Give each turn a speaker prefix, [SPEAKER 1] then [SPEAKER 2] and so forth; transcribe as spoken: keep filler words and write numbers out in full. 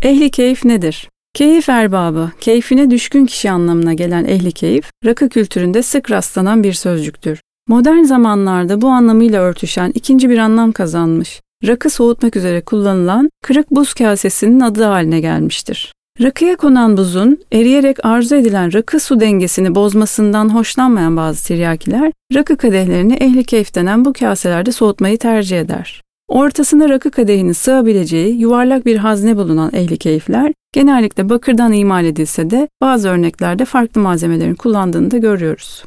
[SPEAKER 1] Ehli keyif nedir? Keyif erbabı, keyfine düşkün kişi anlamına gelen ehli keyif, rakı kültüründe sık rastlanan bir sözcüktür. Modern zamanlarda bu anlamıyla örtüşen ikinci bir anlam kazanmış. Rakı soğutmak üzere kullanılan kırık buz kasesinin adı haline gelmiştir. Rakıya konan buzun eriyerek arzu edilen rakı su dengesini bozmasından hoşlanmayan bazı tiryakiler, rakı kadehlerini ehli keyif denen bu kaselerde soğutmayı tercih eder. Ortasında rakı kadehinin sığabileceği yuvarlak bir hazne bulunan ehli keyifler, genellikle bakırdan imal edilse de bazı örneklerde farklı malzemelerin kullandığını da görüyoruz.